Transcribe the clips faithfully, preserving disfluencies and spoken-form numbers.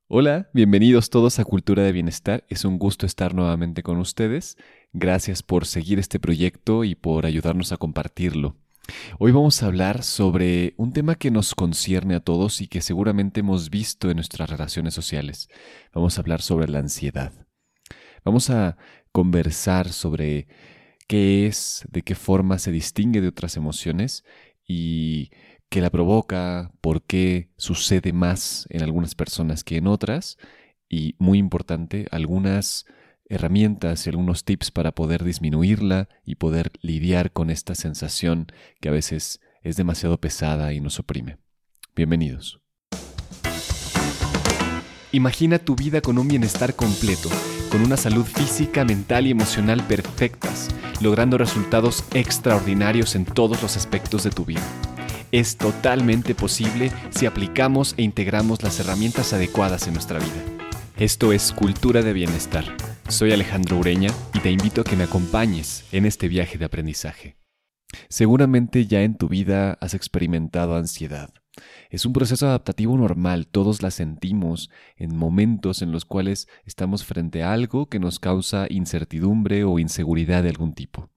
Hola, bienvenidos todos a Cultura de Bienestar. Es un gusto estar nuevamente con ustedes. Gracias por seguir este proyecto y por ayudarnos a compartirlo. Hoy vamos a hablar sobre un tema que nos concierne a todos y que seguramente hemos visto en nuestras relaciones sociales. Vamos a hablar sobre la ansiedad. Vamos a conversar sobre qué es, de qué forma se distingue de otras emociones y qué la provoca, por qué sucede más en algunas personas que en otras y, muy importante, algunas herramientas y algunos tips para poder disminuirla y poder lidiar con esta sensación que a veces es demasiado pesada y nos oprime. Bienvenidos. Imagina tu vida con un bienestar completo, con una salud física, mental y emocional perfectas, logrando resultados extraordinarios en todos los aspectos de tu vida. Es totalmente posible si aplicamos e integramos las herramientas adecuadas en nuestra vida. Esto es Cultura de Bienestar. Soy Alejandro Ureña y te invito a que me acompañes en este viaje de aprendizaje. Seguramente ya en tu vida has experimentado ansiedad. Es un proceso adaptativo normal, todos la sentimos en momentos en los cuales estamos frente a algo que nos causa incertidumbre o inseguridad de algún tipo.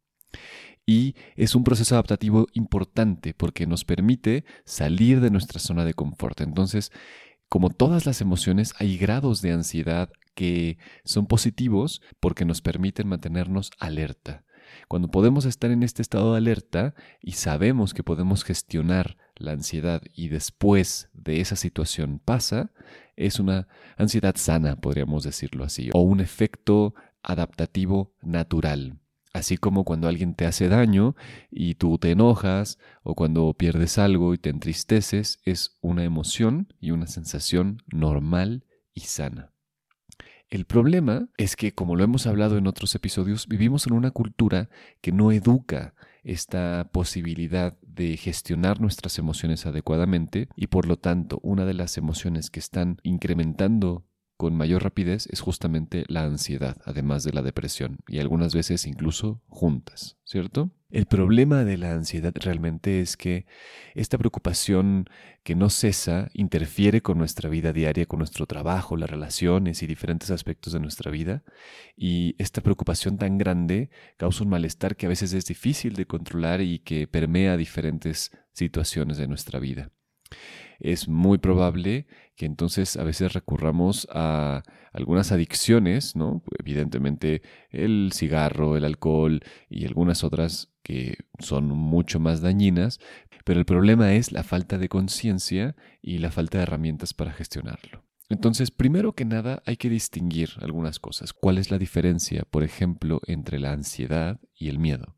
Y es un proceso adaptativo importante porque nos permite salir de nuestra zona de confort. Entonces, como todas las emociones, hay grados de ansiedad que son positivos porque nos permiten mantenernos alerta. Cuando podemos estar en este estado de alerta y sabemos que podemos gestionar la ansiedad y después de esa situación pasa, es una ansiedad sana, podríamos decirlo así, o un efecto adaptativo natural. Así como cuando alguien te hace daño y tú te enojas, o cuando pierdes algo y te entristeces, es una emoción y una sensación normal y sana. El problema es que, como lo hemos hablado en otros episodios, vivimos en una cultura que no educa esta posibilidad de gestionar nuestras emociones adecuadamente y, por lo tanto, una de las emociones que están incrementando con mayor rapidez es justamente la ansiedad, además de la depresión, y algunas veces incluso juntas, ¿cierto? El problema de la ansiedad realmente es que esta preocupación que no cesa interfiere con nuestra vida diaria, con nuestro trabajo, las relaciones y diferentes aspectos de nuestra vida, y esta preocupación tan grande causa un malestar que a veces es difícil de controlar y que permea diferentes situaciones de nuestra vida. Es muy probable que entonces a veces recurramos a algunas adicciones, ¿no? Evidentemente el cigarro, el alcohol y algunas otras que son mucho más dañinas, pero el problema es la falta de conciencia y la falta de herramientas para gestionarlo. Entonces, primero que nada, hay que distinguir algunas cosas. ¿Cuál es la diferencia, por ejemplo, entre la ansiedad y el miedo?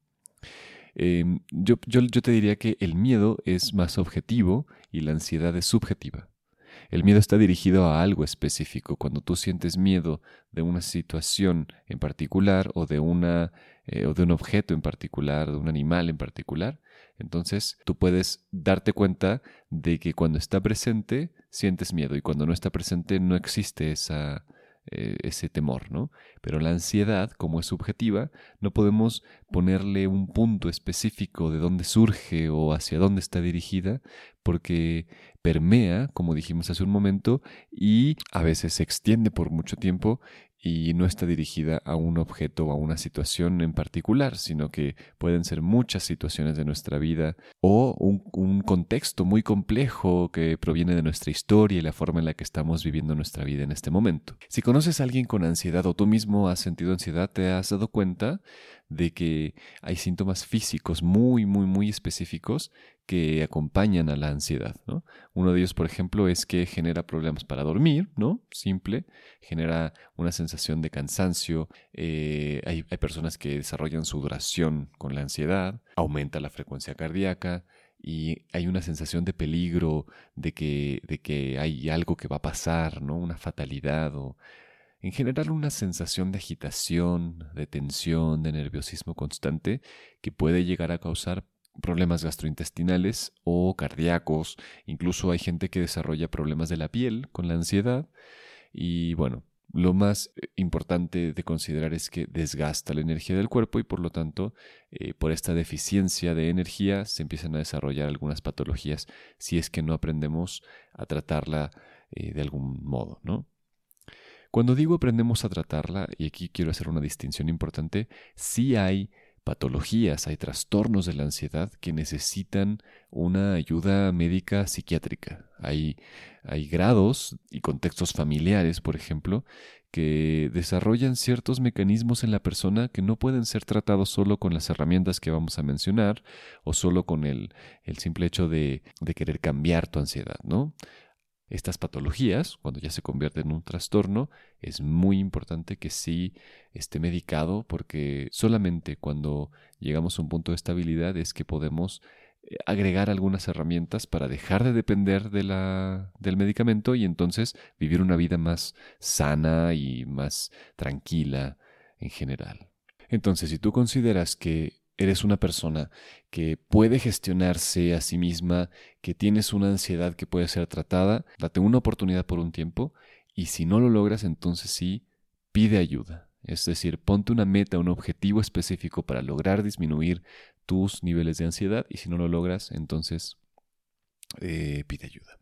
Eh, yo, yo, yo te diría que el miedo es más objetivo y la ansiedad es subjetiva. El miedo está dirigido a algo específico. Cuando tú sientes miedo de una situación en particular o de, una, eh, o de un objeto en particular, de un animal en particular, entonces tú puedes darte cuenta de que cuando está presente sientes miedo y cuando no está presente no existe esa, eh, ese temor, ¿no? Pero la ansiedad, como es subjetiva, no podemos ponerle un punto específico de dónde surge o hacia dónde está dirigida, porque permea, como dijimos hace un momento, y a veces se extiende por mucho tiempo y no está dirigida a un objeto o a una situación en particular, sino que pueden ser muchas situaciones de nuestra vida o un, un contexto muy complejo que proviene de nuestra historia y la forma en la que estamos viviendo nuestra vida en este momento. Si conoces a alguien con ansiedad o tú mismo has sentido ansiedad, te has dado cuenta de que hay síntomas físicos muy, muy, muy específicos que acompañan a la ansiedad, ¿no? Uno de ellos, por ejemplo, es que genera problemas para dormir, ¿no? Simple, genera una sensación de cansancio, eh, hay, hay personas que desarrollan sudoración con la ansiedad, aumenta la frecuencia cardíaca y hay una sensación de peligro, de que, de que hay algo que va a pasar, ¿no? Una fatalidad o en general una sensación de agitación, de tensión, de nerviosismo constante que puede llegar a causar problemas gastrointestinales o cardíacos. Incluso hay gente que desarrolla problemas de la piel con la ansiedad. Y bueno, lo más importante de considerar es que desgasta la energía del cuerpo y por lo tanto, eh, por esta deficiencia de energía se empiezan a desarrollar algunas patologías si es que no aprendemos a tratarla eh, de algún modo, ¿no? Cuando digo aprendemos a tratarla, y aquí quiero hacer una distinción importante, sí hay patologías, hay trastornos de la ansiedad que necesitan una ayuda médica psiquiátrica. Hay, hay grados y contextos familiares, por ejemplo, que desarrollan ciertos mecanismos en la persona que no pueden ser tratados solo con las herramientas que vamos a mencionar o solo con el, el simple hecho de, de querer cambiar tu ansiedad, ¿no? Estas patologías, cuando ya se convierten en un trastorno, es muy importante que sí esté medicado, porque solamente cuando llegamos a un punto de estabilidad es que podemos agregar algunas herramientas para dejar de depender de la, del medicamento y entonces vivir una vida más sana y más tranquila en general. Entonces, si tú consideras que eres una persona que puede gestionarse a sí misma, que tienes una ansiedad que puede ser tratada, date una oportunidad por un tiempo, y si no lo logras, entonces sí, pide ayuda. Es decir, ponte una meta, un objetivo específico para lograr disminuir tus niveles de ansiedad, y si no lo logras, entonces eh, pide ayuda.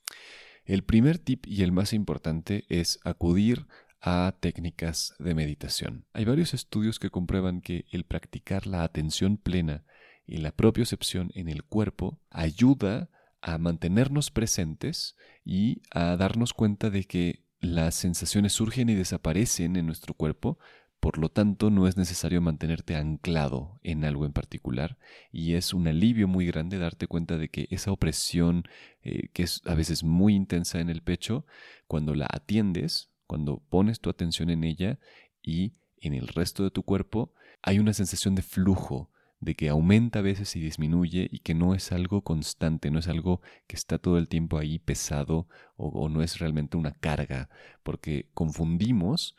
El primer tip y el más importante es acudir a técnicas de meditación. Hay varios estudios que comprueban que el practicar la atención plena y la propiocepción en el cuerpo ayuda a mantenernos presentes y a darnos cuenta de que las sensaciones surgen y desaparecen en nuestro cuerpo. Por lo tanto, no es necesario mantenerte anclado en algo en particular, y es un alivio muy grande darte cuenta de que esa opresión, eh, que es a veces muy intensa en el pecho, cuando la atiendes, cuando pones tu atención en ella y en el resto de tu cuerpo, hay una sensación de flujo, de que aumenta a veces y disminuye, y que no es algo constante, no es algo que está todo el tiempo ahí pesado, o, o no es realmente una carga, porque confundimos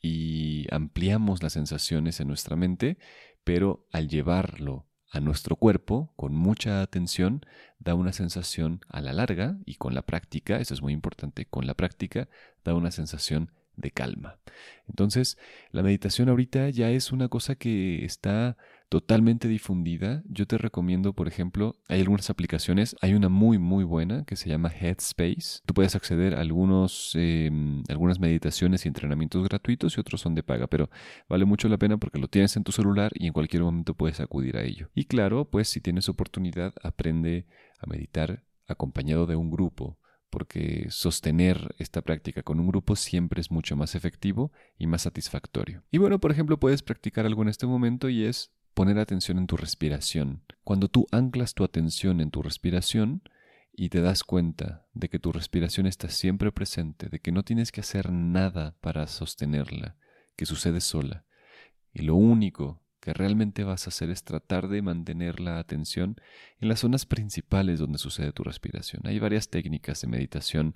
y ampliamos las sensaciones en nuestra mente, pero al llevarlo a nuestro cuerpo con mucha atención, da una sensación a la larga, y con la práctica, eso es muy importante, con la práctica da una sensación de calma. Entonces, la meditación ahorita ya es una cosa que está totalmente difundida. Yo te recomiendo, por ejemplo, hay algunas aplicaciones, hay una muy muy buena que se llama Headspace. Tú puedes acceder a algunos, eh, algunas meditaciones y entrenamientos gratuitos, y otros son de paga, pero vale mucho la pena porque lo tienes en tu celular y en cualquier momento puedes acudir a ello. Y claro, pues si tienes oportunidad, aprende a meditar acompañado de un grupo, porque sostener esta práctica con un grupo siempre es mucho más efectivo y más satisfactorio. Y bueno, por ejemplo, puedes practicar algo en este momento, y es poner atención en tu respiración. Cuando tú anclas tu atención en tu respiración y te das cuenta de que tu respiración está siempre presente, de que no tienes que hacer nada para sostenerla, que sucede sola, y lo único que realmente vas a hacer es tratar de mantener la atención en las zonas principales donde sucede tu respiración. Hay varias técnicas de meditación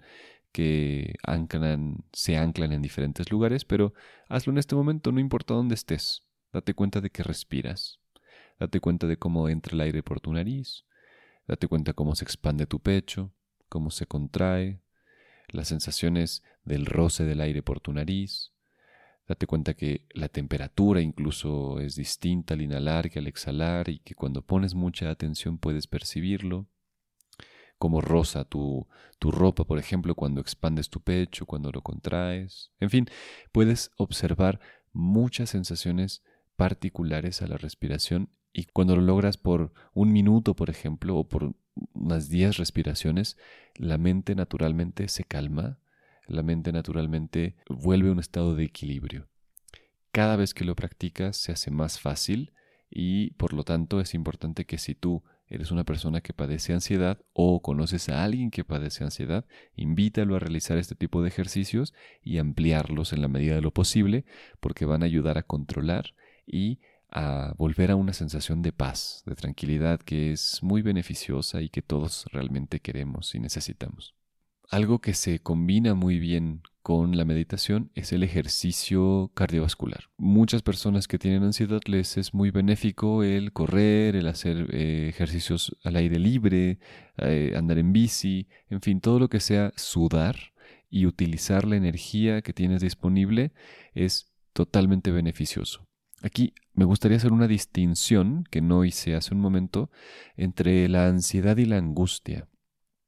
que anclan, se anclan en diferentes lugares, pero hazlo en este momento, no importa dónde estés. Date cuenta de que respiras. Date cuenta de cómo entra el aire por tu nariz. Date cuenta cómo se expande tu pecho, cómo se contrae, las sensaciones del roce del aire por tu nariz. Date cuenta que la temperatura incluso es distinta al inhalar que al exhalar, y que cuando pones mucha atención puedes percibirlo. Cómo roza tu, tu ropa, por ejemplo, cuando expandes tu pecho, cuando lo contraes. En fin, puedes observar muchas sensaciones particulares a la respiración, y cuando lo logras por un minuto, por ejemplo, o por unas diez respiraciones, la mente naturalmente se calma. La mente naturalmente vuelve a un estado de equilibrio. Cada vez que lo practicas se hace más fácil, y por lo tanto es importante que si tú eres una persona que padece ansiedad o conoces a alguien que padece ansiedad, invítalo a realizar este tipo de ejercicios y ampliarlos en la medida de lo posible, porque van a ayudar a controlar y a volver a una sensación de paz, de tranquilidad, que es muy beneficiosa y que todos realmente queremos y necesitamos. Algo que se combina muy bien con la meditación es el ejercicio cardiovascular. Muchas personas que tienen ansiedad les es muy benéfico el correr, el hacer eh, ejercicios al aire libre, eh, andar en bici, en fin, todo lo que sea sudar y utilizar la energía que tienes disponible es totalmente beneficioso. Aquí me gustaría hacer una distinción que no hice hace un momento entre la ansiedad y la angustia.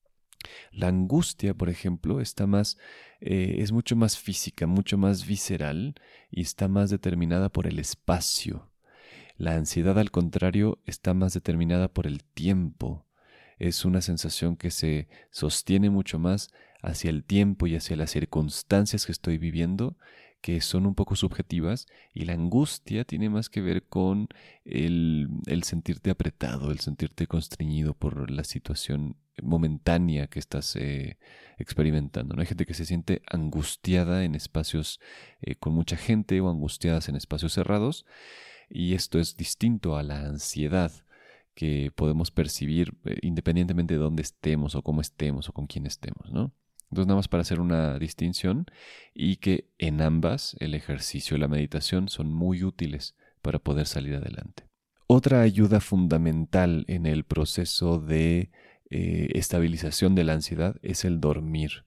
La angustia, por ejemplo, está más, eh, es mucho más física, mucho más visceral y está más determinada por el espacio. La ansiedad, al contrario, está más determinada por el tiempo. Es una sensación que se sostiene mucho más hacia el tiempo y hacia las circunstancias que estoy viviendo, que son un poco subjetivas, y la angustia tiene más que ver con el, el sentirte apretado, el sentirte constreñido por la situación momentánea que estás eh, experimentando, ¿no? Hay gente que se siente angustiada en espacios eh, con mucha gente o angustiadas en espacios cerrados, y esto es distinto a la ansiedad que podemos percibir eh, independientemente de dónde estemos o cómo estemos o con quién estemos, ¿no? Entonces, nada más para hacer una distinción, y que en ambas el ejercicio y la meditación son muy útiles para poder salir adelante. Otra ayuda fundamental en el proceso de eh, estabilización de la ansiedad es el dormir.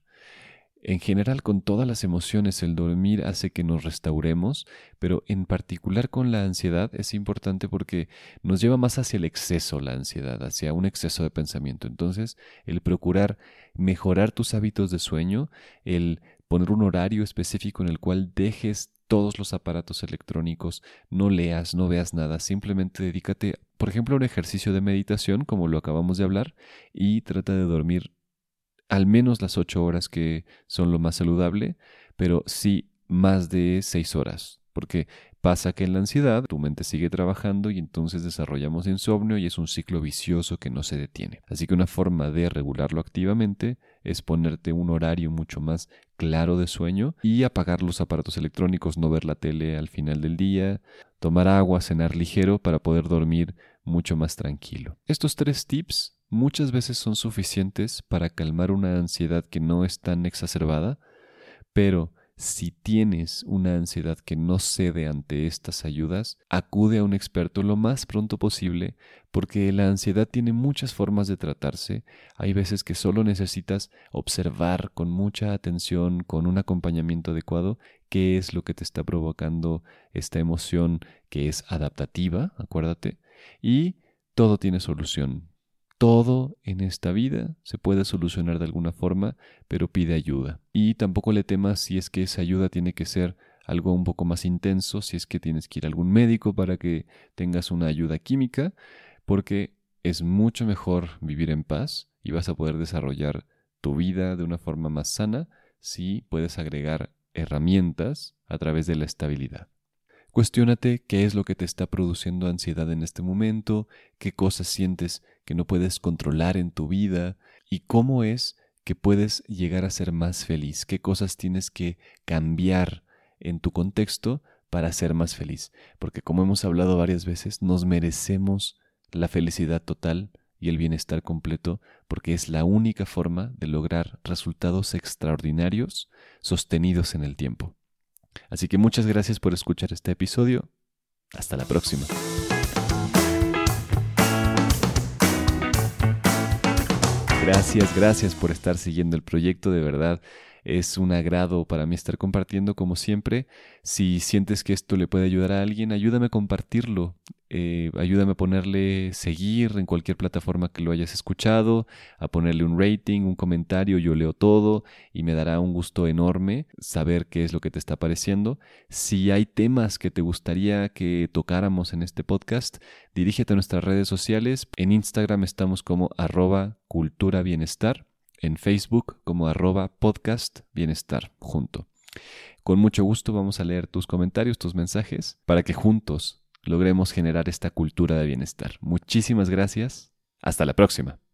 En general, con todas las emociones, el dormir hace que nos restauremos, pero en particular con la ansiedad es importante porque nos lleva más hacia el exceso la ansiedad, hacia un exceso de pensamiento. Entonces, el procurar mejorar tus hábitos de sueño, el poner un horario específico en el cual dejes todos los aparatos electrónicos, no leas, no veas nada, simplemente dedícate, por ejemplo, a un ejercicio de meditación, como lo acabamos de hablar, y trata de dormir al menos las ocho horas, que son lo más saludable, pero sí más de seis horas, porque pasa que en la ansiedad tu mente sigue trabajando y entonces desarrollamos insomnio y es un ciclo vicioso que no se detiene. Así que una forma de regularlo activamente es ponerte un horario mucho más claro de sueño y apagar los aparatos electrónicos, no ver la tele al final del día, tomar agua, cenar ligero para poder dormir mucho más tranquilo. Estos tres tips muchas veces son suficientes para calmar una ansiedad que no es tan exacerbada, pero si tienes una ansiedad que no cede ante estas ayudas, acude a un experto lo más pronto posible, porque la ansiedad tiene muchas formas de tratarse. Hay veces que solo necesitas observar con mucha atención, con un acompañamiento adecuado, qué es lo que te está provocando esta emoción que es adaptativa, acuérdate, y todo tiene solución. Todo en esta vida se puede solucionar de alguna forma, pero pide ayuda. Y tampoco le temas si es que esa ayuda tiene que ser algo un poco más intenso, si es que tienes que ir a algún médico para que tengas una ayuda química, porque es mucho mejor vivir en paz y vas a poder desarrollar tu vida de una forma más sana si puedes agregar herramientas a través de la estabilidad. Cuestiónate qué es lo que te está produciendo ansiedad en este momento, qué cosas sientes que no puedes controlar en tu vida y cómo es que puedes llegar a ser más feliz, qué cosas tienes que cambiar en tu contexto para ser más feliz. Porque como hemos hablado varias veces, nos merecemos la felicidad total y el bienestar completo, porque es la única forma de lograr resultados extraordinarios sostenidos en el tiempo. Así que muchas gracias por escuchar este episodio. Hasta la próxima. Gracias, gracias por estar siguiendo el proyecto, de verdad. Es un agrado para mí estar compartiendo como siempre. Si sientes que esto le puede ayudar a alguien, ayúdame a compartirlo. Eh, ayúdame a ponerle seguir en cualquier plataforma que lo hayas escuchado, a ponerle un rating, un comentario. Yo leo todo y me dará un gusto enorme saber qué es lo que te está pareciendo. Si hay temas que te gustaría que tocáramos en este podcast, dirígete a nuestras redes sociales. En Instagram estamos como arroba cultura bienestar. En Facebook como arroba podcast bienestar junto. Con mucho gusto vamos a leer tus comentarios, tus mensajes, para que juntos logremos generar esta cultura de bienestar. Muchísimas gracias. Hasta la próxima.